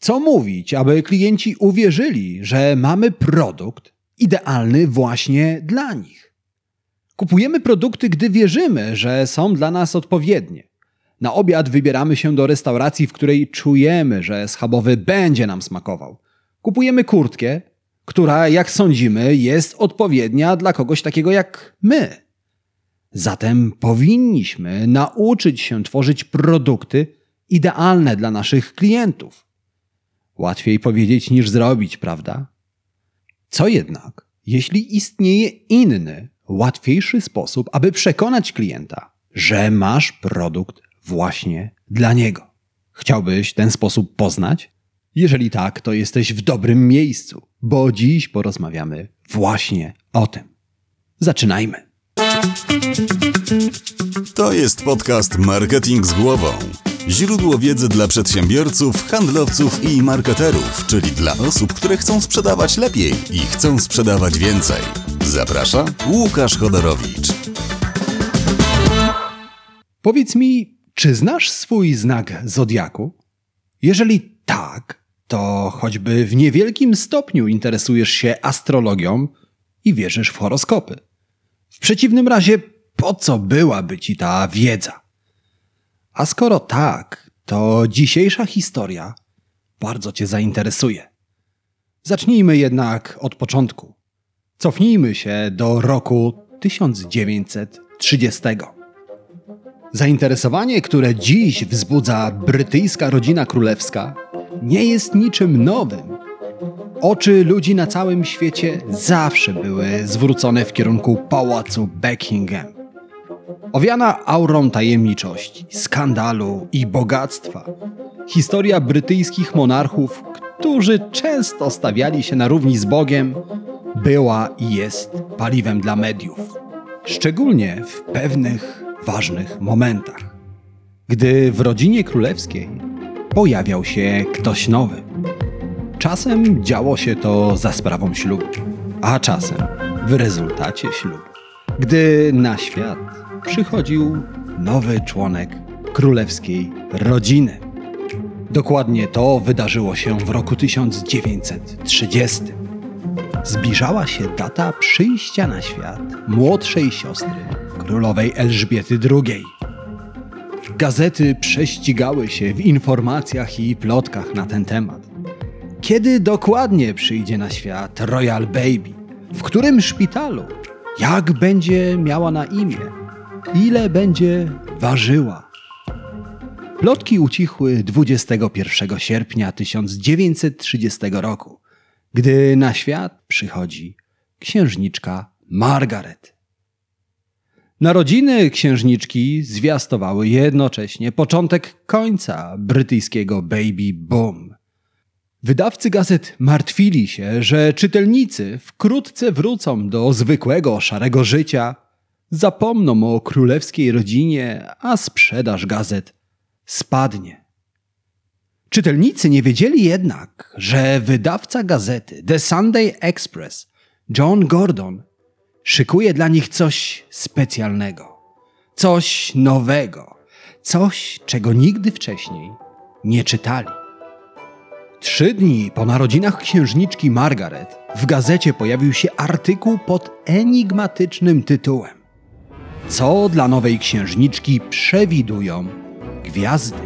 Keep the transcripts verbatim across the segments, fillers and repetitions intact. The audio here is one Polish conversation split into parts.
Co mówić, aby klienci uwierzyli, że mamy produkt idealny właśnie dla nich? Kupujemy produkty, gdy wierzymy, że są dla nas odpowiednie. Na obiad wybieramy się do restauracji, w której czujemy, że schabowy będzie nam smakował. Kupujemy kurtkę, która, jak sądzimy, jest odpowiednia dla kogoś takiego jak my. Zatem powinniśmy nauczyć się tworzyć produkty idealne dla naszych klientów. Łatwiej powiedzieć niż zrobić, prawda? Co jednak, jeśli istnieje inny, łatwiejszy sposób, aby przekonać klienta, że masz produkt właśnie dla niego? Chciałbyś ten sposób poznać? Jeżeli tak, to jesteś w dobrym miejscu, bo dziś porozmawiamy właśnie o tym. Zaczynajmy! To jest podcast Marketing z głową. Źródło wiedzy dla przedsiębiorców, handlowców i marketerów, czyli dla osób, które chcą sprzedawać lepiej i chcą sprzedawać więcej. Zaprasza Łukasz Chodorowicz. Powiedz mi, czy znasz swój znak zodiaku? Jeżeli tak, to choćby w niewielkim stopniu interesujesz się astrologią i wierzysz w horoskopy. W przeciwnym razie, po co byłaby ci ta wiedza? A skoro tak, to dzisiejsza historia bardzo cię zainteresuje. Zacznijmy jednak od początku. Cofnijmy się do roku tysiąc dziewięćset trzydziestego. Zainteresowanie, które dziś wzbudza brytyjska rodzina królewska, nie jest niczym nowym. Oczy ludzi na całym świecie zawsze były zwrócone w kierunku pałacu Buckingham. Owiana aurą tajemniczości, skandalu i bogactwa, historia brytyjskich monarchów, którzy często stawiali się na równi z Bogiem, była i jest paliwem dla mediów. Szczególnie w pewnych ważnych momentach. Gdy w rodzinie królewskiej pojawiał się ktoś nowy. Czasem działo się to za sprawą ślubu, a czasem w rezultacie ślubu. Gdy na świat przychodził nowy członek królewskiej rodziny. Dokładnie to wydarzyło się w roku tysiąc dziewięćset trzydziestym. Zbliżała się data przyjścia na świat młodszej siostry królowej Elżbiety drugiej. Gazety prześcigały się w informacjach i plotkach na ten temat. Kiedy dokładnie przyjdzie na świat Royal Baby? W którym szpitalu? Jak będzie miała na imię? Ile będzie ważyła? Plotki ucichły dwudziestego pierwszego sierpnia tysiąc dziewięćset trzydziestego roku, gdy na świat przychodzi księżniczka Margaret. Narodziny księżniczki zwiastowały jednocześnie początek końca brytyjskiego baby boom. Wydawcy gazet martwili się, że czytelnicy wkrótce wrócą do zwykłego, szarego życia, zapomną o królewskiej rodzinie, a sprzedaż gazet spadnie. Czytelnicy nie wiedzieli jednak, że wydawca gazety The Sunday Express, John Gordon, szykuje dla nich coś specjalnego, coś nowego, coś, czego nigdy wcześniej nie czytali. Trzy dni po narodzinach księżniczki Margaret w gazecie pojawił się artykuł pod enigmatycznym tytułem: Co dla nowej księżniczki przewidują gwiazdy?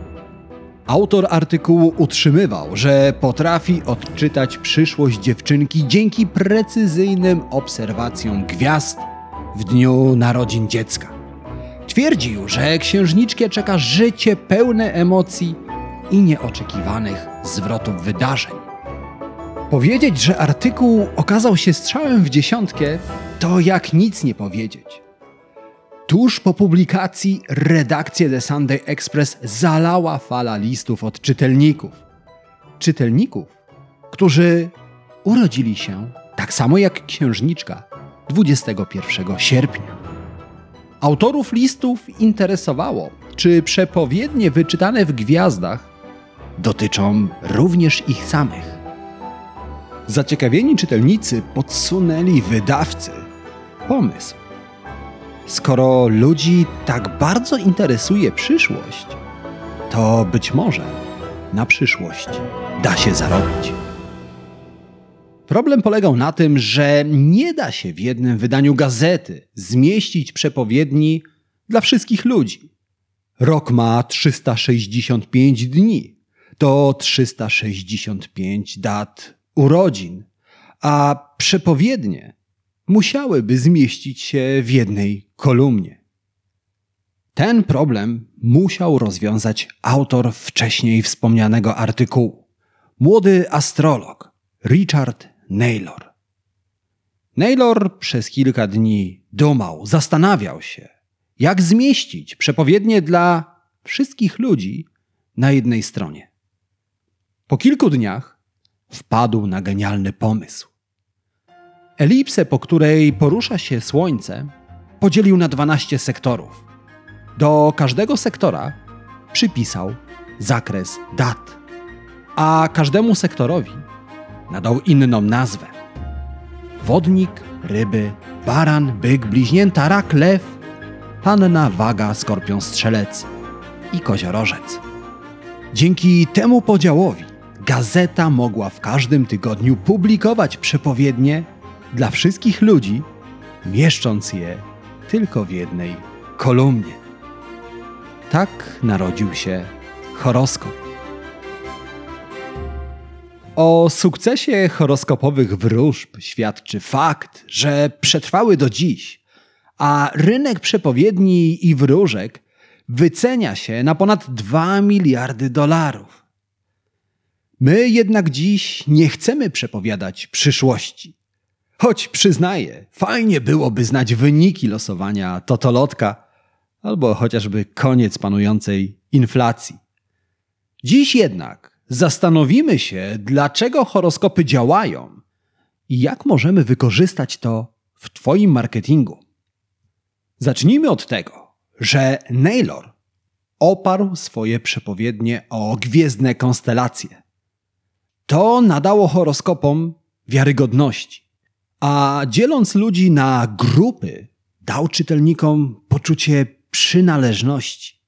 Autor artykułu utrzymywał, że potrafi odczytać przyszłość dziewczynki dzięki precyzyjnym obserwacjom gwiazd w dniu narodzin dziecka. Twierdził, że księżniczkę czeka życie pełne emocji i nieoczekiwanych zwrotów wydarzeń. Powiedzieć, że artykuł okazał się strzałem w dziesiątkę, to jak nic nie powiedzieć. Tuż po publikacji redakcję The Sunday Express zalała fala listów od czytelników. Czytelników, którzy urodzili się tak samo jak księżniczka dwudziestego pierwszego sierpnia. Autorów listów interesowało, czy przepowiednie wyczytane w gwiazdach dotyczą również ich samych. Zaciekawieni czytelnicy podsunęli wydawcy pomysł. Skoro ludzi tak bardzo interesuje przyszłość, to być może na przyszłość da się zarobić. Problem polegał na tym, że nie da się w jednym wydaniu gazety zmieścić przepowiedni dla wszystkich ludzi. Rok ma trzysta sześćdziesiąt pięć dni. To trzysta sześćdziesiąt pięć dat urodzin, a przepowiednie musiałyby zmieścić się w jednej kolumnie. Ten problem musiał rozwiązać autor wcześniej wspomnianego artykułu, młody astrolog Richard Naylor. Naylor przez kilka dni dumał, zastanawiał się, jak zmieścić przepowiednie dla wszystkich ludzi na jednej stronie. Po kilku dniach wpadł na genialny pomysł. Elipsę, po której porusza się Słońce, podzielił na dwanaście sektorów. Do każdego sektora przypisał zakres dat, a każdemu sektorowi nadał inną nazwę. Wodnik, ryby, baran, byk, bliźnięta, rak, lew, panna, waga, skorpion, strzelec i koziorożec. Dzięki temu podziałowi gazeta mogła w każdym tygodniu publikować przepowiednie dla wszystkich ludzi, mieszcząc je tylko w jednej kolumnie. Tak narodził się horoskop. O sukcesie horoskopowych wróżb świadczy fakt, że przetrwały do dziś, a rynek przepowiedni i wróżek wycenia się na ponad dwa miliardy dolarów. My jednak dziś nie chcemy przepowiadać przyszłości. Choć przyznaję, fajnie byłoby znać wyniki losowania totolotka albo chociażby koniec panującej inflacji. Dziś jednak zastanowimy się, dlaczego horoskopy działają i jak możemy wykorzystać to w Twoim marketingu. Zacznijmy od tego, że Naylor oparł swoje przepowiednie o gwiezdne konstelacje. To nadało horoskopom wiarygodności, a dzieląc ludzi na grupy, dał czytelnikom poczucie przynależności.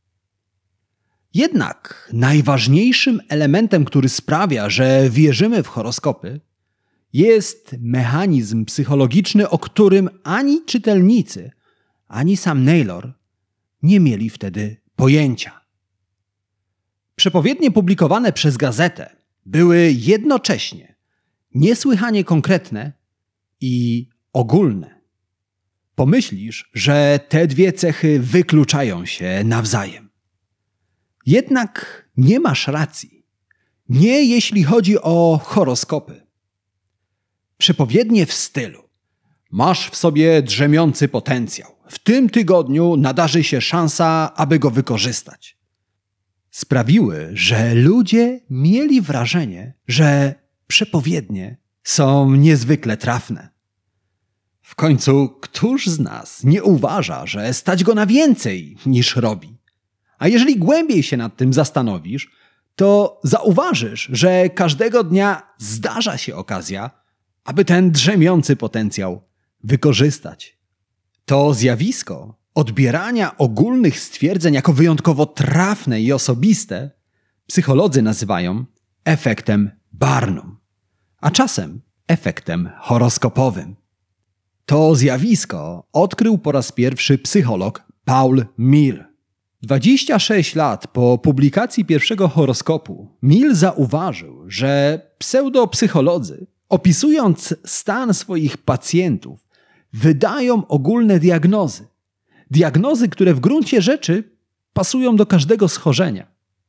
Jednak najważniejszym elementem, który sprawia, że wierzymy w horoskopy, jest mechanizm psychologiczny, o którym ani czytelnicy, ani sam Naylor nie mieli wtedy pojęcia. Przepowiednie publikowane przez gazetę były jednocześnie niesłychanie konkretne i ogólne. Pomyślisz, że te dwie cechy wykluczają się nawzajem. Jednak nie masz racji. Nie jeśli chodzi o horoskopy. Przepowiednie w stylu: masz w sobie drzemiący potencjał. W tym tygodniu nadarzy się szansa, aby go wykorzystać. Sprawiły, że ludzie mieli wrażenie, że przepowiednie są niezwykle trafne. W końcu, któż z nas nie uważa, że stać go na więcej niż robi? A jeżeli głębiej się nad tym zastanowisz, to zauważysz, że każdego dnia zdarza się okazja, aby ten drzemiący potencjał wykorzystać. To zjawisko odbierania ogólnych stwierdzeń jako wyjątkowo trafne i osobiste psycholodzy nazywają efektem Barnum, a czasem efektem horoskopowym. To zjawisko odkrył po raz pierwszy psycholog Paul Mill. dwadzieścia sześć lat po publikacji pierwszego horoskopu Mill zauważył, że pseudopsycholodzy, opisując stan swoich pacjentów, wydają ogólne diagnozy. Diagnozy, które w gruncie rzeczy pasują do każdego schorzenia.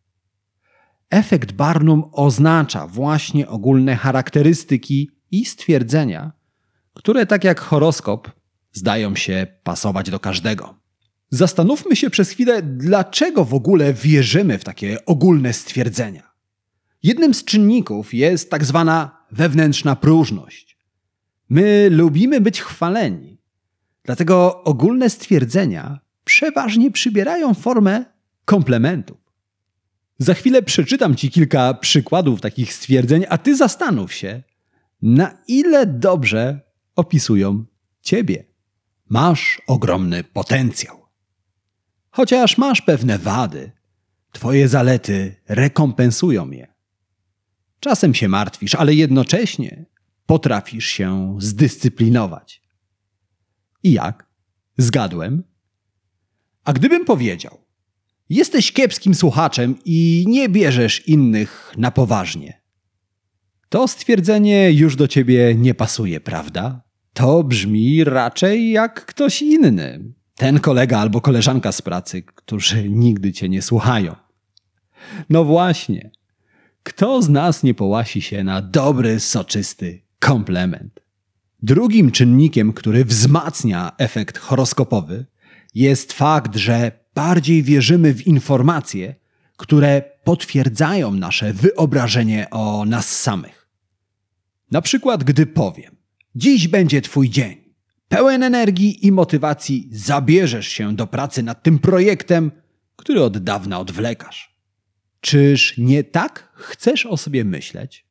Efekt Barnum oznacza właśnie ogólne charakterystyki i stwierdzenia, które tak jak horoskop zdają się pasować do każdego. Zastanówmy się przez chwilę, dlaczego w ogóle wierzymy w takie ogólne stwierdzenia. Jednym z czynników jest tak zwana wewnętrzna próżność. My lubimy być chwaleni, dlatego ogólne stwierdzenia przeważnie przybierają formę komplementów. Za chwilę przeczytam Ci kilka przykładów takich stwierdzeń, a Ty zastanów się, na ile dobrze opisują Ciebie. Masz ogromny potencjał. Chociaż masz pewne wady, Twoje zalety rekompensują je. Czasem się martwisz, ale jednocześnie potrafisz się zdyscyplinować. I jak? Zgadłem? A gdybym powiedział, jesteś kiepskim słuchaczem i nie bierzesz innych na poważnie, to stwierdzenie już do ciebie nie pasuje, prawda? To brzmi raczej jak ktoś inny. Ten kolega albo koleżanka z pracy, którzy nigdy cię nie słuchają. No właśnie. Kto z nas nie połasi się na dobry, soczysty komplement? Drugim czynnikiem, który wzmacnia efekt horoskopowy, jest fakt, że bardziej wierzymy w informacje, które potwierdzają nasze wyobrażenie o nas samych. Na przykład, gdy powiem: dziś będzie twój dzień. Pełen energii i motywacji zabierzesz się do pracy nad tym projektem, który od dawna odwlekasz. Czyż nie tak chcesz o sobie myśleć?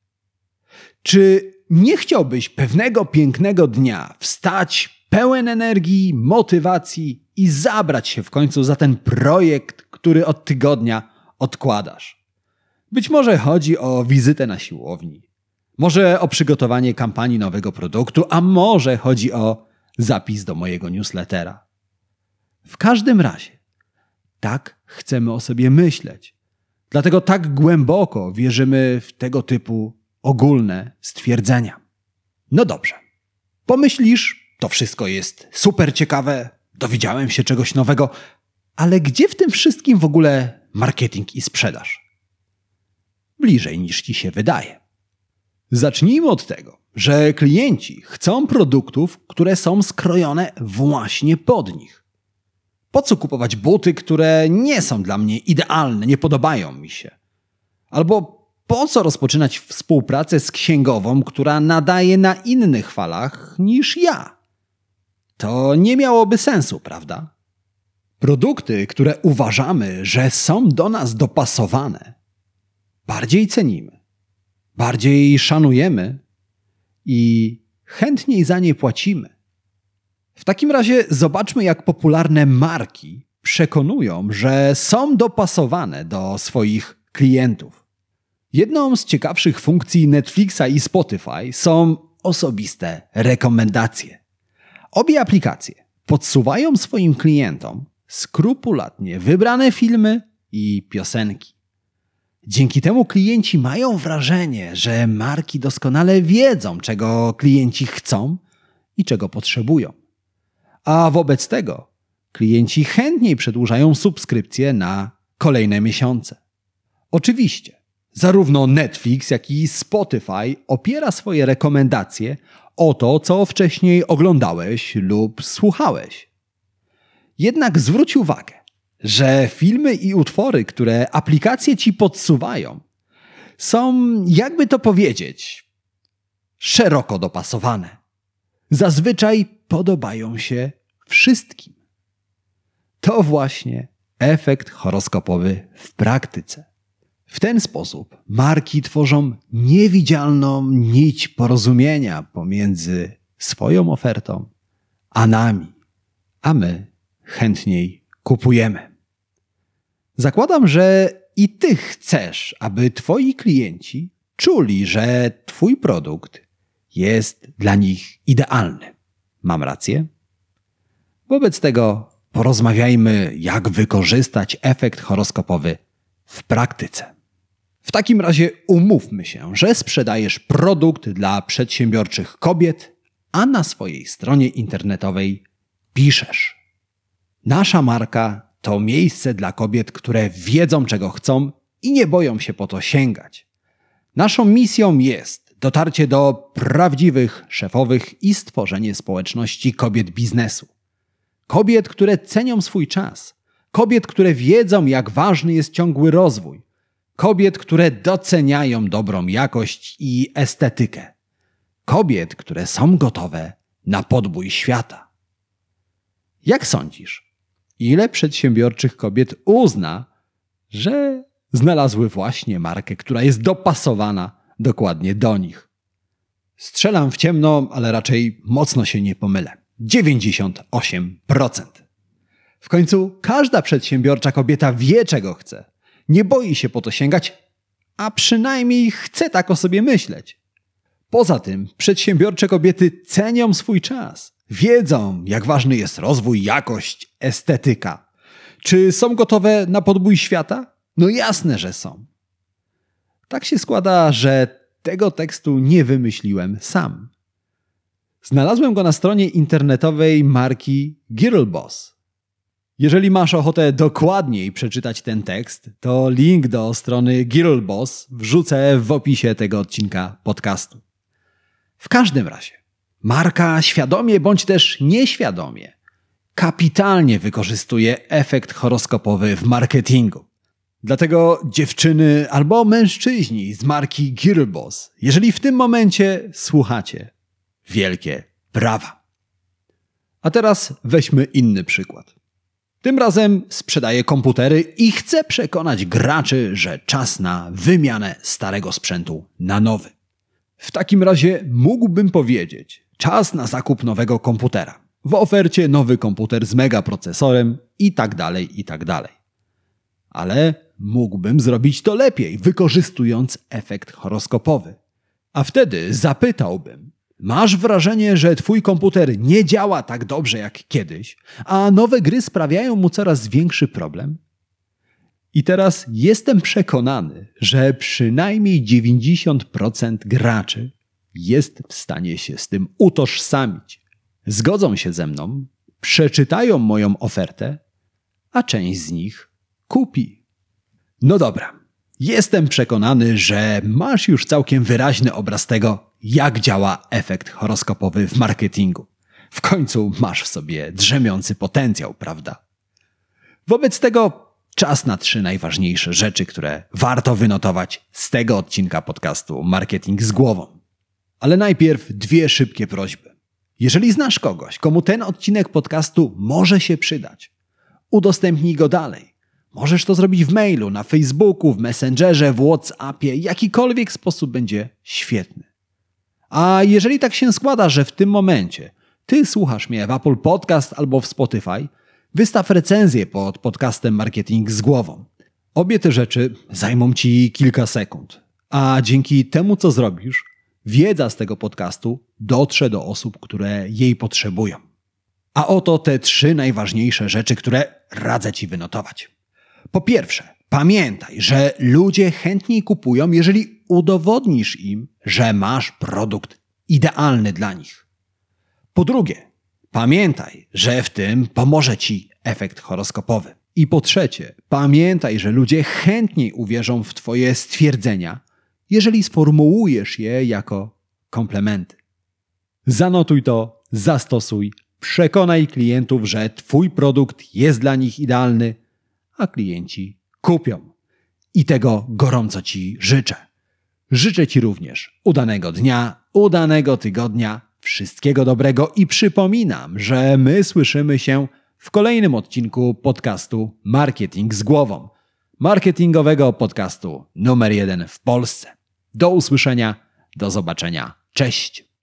Czy nie chciałbyś pewnego pięknego dnia wstać pełen energii, motywacji i zabrać się w końcu za ten projekt, który od tygodnia odkładasz? Być może chodzi o wizytę na siłowni, może o przygotowanie kampanii nowego produktu, a może chodzi o zapis do mojego newslettera. W każdym razie tak chcemy o sobie myśleć. Dlatego tak głęboko wierzymy w tego typu ogólne stwierdzenia. No dobrze. Pomyślisz, to wszystko jest super ciekawe, dowiedziałem się czegoś nowego, ale gdzie w tym wszystkim w ogóle marketing i sprzedaż? Bliżej niż ci się wydaje. Zacznijmy od tego, że klienci chcą produktów, które są skrojone właśnie pod nich. Po co kupować buty, które nie są dla mnie idealne, nie podobają mi się? Albo po co rozpoczynać współpracę z księgową, która nadaje na innych falach niż ja? To nie miałoby sensu, prawda? Produkty, które uważamy, że są do nas dopasowane, bardziej cenimy, bardziej szanujemy i chętniej za nie płacimy. W takim razie zobaczmy, jak popularne marki przekonują, że są dopasowane do swoich klientów. Jedną z ciekawszych funkcji Netflixa i Spotify są osobiste rekomendacje. Obie aplikacje podsuwają swoim klientom skrupulatnie wybrane filmy i piosenki. Dzięki temu klienci mają wrażenie, że marki doskonale wiedzą, czego klienci chcą i czego potrzebują. A wobec tego klienci chętniej przedłużają subskrypcję na kolejne miesiące. Oczywiście, zarówno Netflix, jak i Spotify opiera swoje rekomendacje o to, co wcześniej oglądałeś lub słuchałeś. Jednak zwróć uwagę, że filmy i utwory, które aplikacje ci podsuwają, są, jakby to powiedzieć, szeroko dopasowane. Zazwyczaj podobają się wszystkim. To właśnie efekt horoskopowy w praktyce. W ten sposób marki tworzą niewidzialną nić porozumienia pomiędzy swoją ofertą a nami, a my chętniej kupujemy. Zakładam, że i ty chcesz, aby twoi klienci czuli, że twój produkt jest dla nich idealny. Mam rację? Wobec tego porozmawiajmy, jak wykorzystać efekt horoskopowy w praktyce. W takim razie umówmy się, że sprzedajesz produkt dla przedsiębiorczych kobiet, a na swojej stronie internetowej piszesz: nasza marka to miejsce dla kobiet, które wiedzą, czego chcą i nie boją się po to sięgać. Naszą misją jest dotarcie do prawdziwych szefowych i stworzenie społeczności kobiet biznesu. Kobiet, które cenią swój czas. Kobiet, które wiedzą, jak ważny jest ciągły rozwój. Kobiet, które doceniają dobrą jakość i estetykę. Kobiet, które są gotowe na podbój świata. Jak sądzisz, ile przedsiębiorczych kobiet uzna, że znalazły właśnie markę, która jest dopasowana dokładnie do nich? Strzelam w ciemno, ale raczej mocno się nie pomylę. dziewięćdziesiąt osiem procent. W końcu każda przedsiębiorcza kobieta wie, czego chce. Nie boi się po to sięgać, a przynajmniej chce tak o sobie myśleć. Poza tym przedsiębiorcze kobiety cenią swój czas. Wiedzą, jak ważny jest rozwój, jakość, estetyka. Czy są gotowe na podbój świata? No jasne, że są. Tak się składa, że tego tekstu nie wymyśliłem sam. Znalazłem go na stronie internetowej marki Girlboss. Jeżeli masz ochotę dokładniej przeczytać ten tekst, to link do strony Girlboss wrzucę w opisie tego odcinka podcastu. W każdym razie, marka świadomie bądź też nieświadomie kapitalnie wykorzystuje efekt horoskopowy w marketingu. Dlatego dziewczyny albo mężczyźni z marki Girlboss, jeżeli w tym momencie słuchacie, wielkie brawa. A teraz weźmy inny przykład. Tym razem sprzedaję komputery i chcę przekonać graczy, że czas na wymianę starego sprzętu na nowy. W takim razie mógłbym powiedzieć, czas na zakup nowego komputera. W ofercie nowy komputer z megaprocesorem i tak dalej, i tak dalej. Ale mógłbym zrobić to lepiej, wykorzystując efekt horoskopowy. A wtedy zapytałbym, masz wrażenie, że twój komputer nie działa tak dobrze jak kiedyś, a nowe gry sprawiają mu coraz większy problem? I teraz jestem przekonany, że przynajmniej dziewięćdziesiąt procent graczy jest w stanie się z tym utożsamić. Zgodzą się ze mną, przeczytają moją ofertę, a część z nich kupi. No dobra, jestem przekonany, że masz już całkiem wyraźny obraz tego, jak działa efekt horoskopowy w marketingu. W końcu masz w sobie drzemiący potencjał, prawda? Wobec tego czas na trzy najważniejsze rzeczy, które warto wynotować z tego odcinka podcastu Marketing z głową. Ale najpierw dwie szybkie prośby. Jeżeli znasz kogoś, komu ten odcinek podcastu może się przydać, udostępnij go dalej. Możesz to zrobić w mailu, na Facebooku, w Messengerze, w WhatsAppie. Jakikolwiek sposób będzie świetny. A jeżeli tak się składa, że w tym momencie ty słuchasz mnie w Apple Podcast albo w Spotify, wystaw recenzję pod podcastem Marketing z głową. Obie te rzeczy zajmą ci kilka sekund. A dzięki temu, co zrobisz, wiedza z tego podcastu dotrze do osób, które jej potrzebują. A oto te trzy najważniejsze rzeczy, które radzę ci wynotować. Po pierwsze, pamiętaj, że ludzie chętniej kupują, jeżeli udowodnisz im, że masz produkt idealny dla nich. Po drugie, pamiętaj, że w tym pomoże ci efekt horoskopowy. I po trzecie, pamiętaj, że ludzie chętniej uwierzą w twoje stwierdzenia, jeżeli sformułujesz je jako komplementy. Zanotuj to, zastosuj, przekonaj klientów, że twój produkt jest dla nich idealny, a klienci kupią. I tego gorąco ci życzę. Życzę ci również udanego dnia, udanego tygodnia, wszystkiego dobrego i przypominam, że my słyszymy się w kolejnym odcinku podcastu Marketing z głową. Marketingowego podcastu numer jeden w Polsce. Do usłyszenia, do zobaczenia. Cześć!